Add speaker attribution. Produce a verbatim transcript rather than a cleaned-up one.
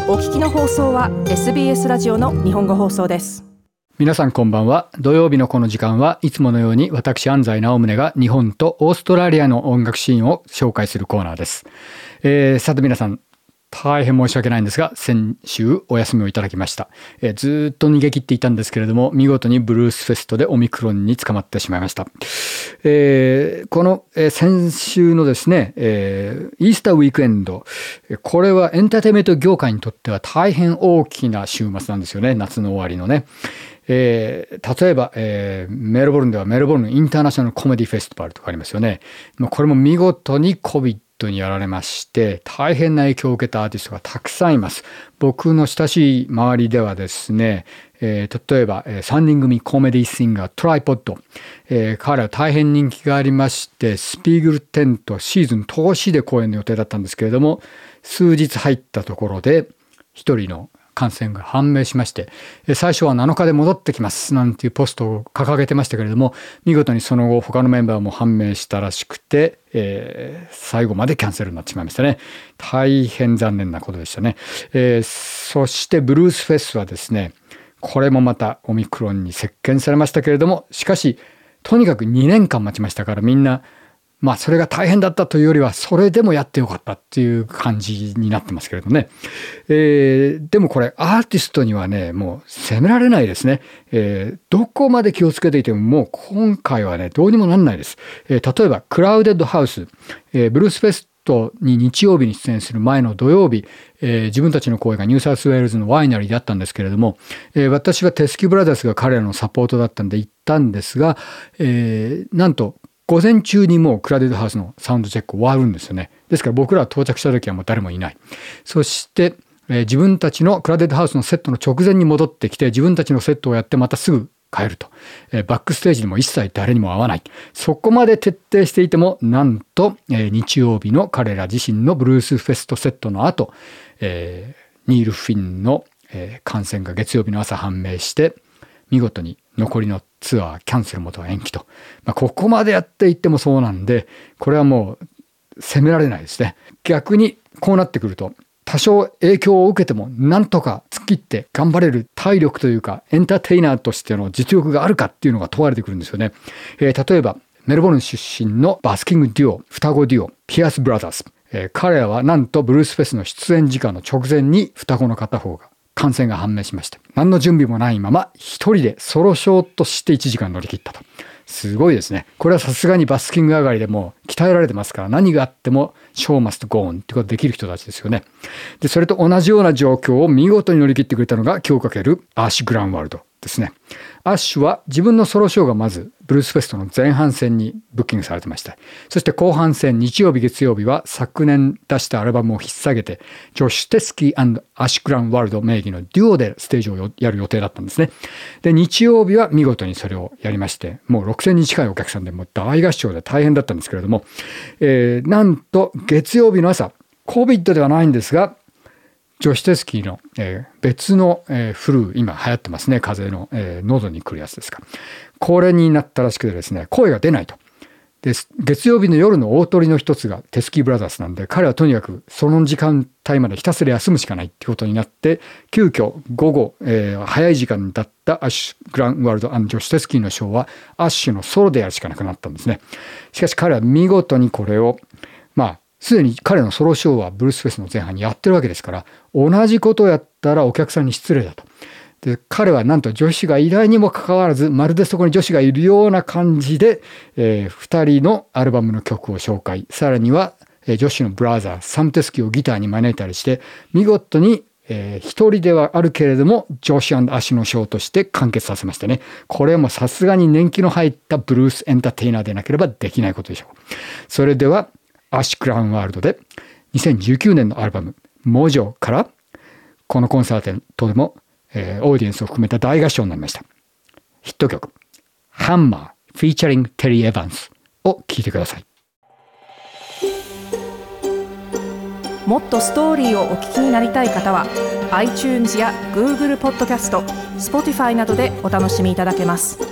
Speaker 1: お聞きの放送は エスビーエス ラジオの日本語放送です。
Speaker 2: 皆さんこんばんは。土曜日のこの時間はいつものように私安西直宗が日本とオーストラリアの音楽シーンを紹介するコーナーです。えー、さて皆さん大変申し訳ないんですが先週お休みをいただきました。えー、ずっと逃げ切っていたんですけれども見事にブルースフェストでオミクロンに捕まってしまいました。えー、この、えー、先週のですね、えー、イースターウィークエンド、これはエンターテインメント業界にとっては大変大きな週末なんですよね。夏の終わりのね。えー、例えば、えー、メルボルンではメルボルンインターナショナルコメディフェスティバルとかありますよね。これも見事に コビッド にやられまして大変な影響を受けたアーティストがたくさんいます。僕の親しい周りではですね、えー、例えば、えー、さんにん組コメディシンガートライポッド、えー、彼は大変人気がありましてスピーグルテントシーズン通しで公演の予定だったんですけれども数日入ったところで一人の感染が判明しまして最初はなのかで戻ってきますなんていうポストを掲げてましたけれども見事にその後他のメンバーも判明したらしくて、えー、最後までキャンセルになってしまいましたね。大変残念なことでしたね。えー、そしてブルースフェスはですねこれもまたオミクロンに席巻されましたけれどもしかしとにかくにねんかん待ちましたからみんなまあそれが大変だったというよりはそれでもやってよかったっていう感じになってますけれどね。えー、でもこれアーティストにはねもう責められないですね。えー、どこまで気をつけていてももう今回はねどうにもなんないです。えー、例えばクラウデッドハウス、えー、ブルースフェストに日曜日に出演する前の土曜日、えー、自分たちの公演がニューサウスウェールズのワイナリーであったんですけれども、えー、私はテスキュブラザーズが彼らのサポートだったんで行ったんですが、えー、なんと午前中にもうクラウデッドハウスのサウンドチェック終わるんですよね。ですから僕ら到着した時はもう誰もいない。そして、えー、自分たちのクラウデッドハウスのセットの直前に戻ってきて自分たちのセットをやってまたすぐ帰ると、えー、バックステージでも一切誰にも会わない。そこまで徹底していてもなんと、えー、日曜日の彼ら自身のブルースフェストセットの後、えー、ニール・フィンの、えー、感染が月曜日の朝判明して見事に残りのツアーキャンセルもと延期と、まあ、ここまでやっていってもそうなんでこれはもう責められないですね。逆にこうなってくると多少影響を受けてもなんとか突っ切って頑張れる体力というかエンターテイナーとしての実力があるかっていうのが問われてくるんですよね。えー、例えばメルボルン出身のバスキングデュオ双子デュオピアスブラザーズ、えー、彼らはなんとブルースフェスの出演時間の直前に双子の片方が感染が判明しました。何の準備もないまま一人でソロショーとしていちじかん乗り切ったと。すごいですね。これはさすがにバスキング上がりでも鍛えられてますから何があってもショーマストゴーンってことできる人たちですよね。でそれと同じような状況を見事に乗り切ってくれたのが今日かけるアーシュ・グランワールドですね。アッシュは自分のソロショーがまずブルースフェストの前半戦にブッキングされてました。そして後半戦日曜日月曜日は昨年出したアルバムを引っ提げてジョシュ・テスキー&アッシュ・グランワールド名義のデュオでステージをやる予定だったんですね。で日曜日は見事にそれをやりましてもうろくせんにん近いお客さんでもう大合唱で大変だったんですけれども、えー、なんと月曜日の朝 コビッド ではないんですがジョシュ・テスキーの、えー、別の、えー、フルー今流行ってますね。風邪の、えー、喉に来るやつですか。これになったらしくてですね声が出ないと。で月曜日の夜の大トリの一つがテスキーブラザーズなんで彼はとにかくその時間帯までひたすら休むしかないってことになって急遽午後、えー、早い時間にだったアッシュ・グランワールド&ジョシュ・テスキーのショーはアッシュのソロでやるしかなくなったんですね。しかし彼は見事にこれをまあすでに彼のソロショーはブルースフェスの前半にやってるわけですから同じことをやったらお客さんに失礼だと。で彼はなんと女子がいないにもかかわらずまるでそこに女子がいるような感じで、えー、ふたりのアルバムの曲を紹介さらには、えー、女子のブラザーサム・テスキーをギターに招いたりして見事に、えー、一人ではあるけれどもジョシュ&アッシュのショーとして完結させましてねこれもさすがに年季の入ったブルースエンターテイナーでなければできないことでしょう。それではアッシュ・グランワールドでにせんじゅうきゅうねんのアルバムモジョからこのコンサートでも、えー、オーディエンスを含めた大合唱になりましたヒット曲ハンマーフィーチャリングテリー・エヴァンスを聴いてください。
Speaker 1: もっとストーリーをお聞きになりたい方は iTunes や Google ポッドキャスト、Spotify などでお楽しみいただけます。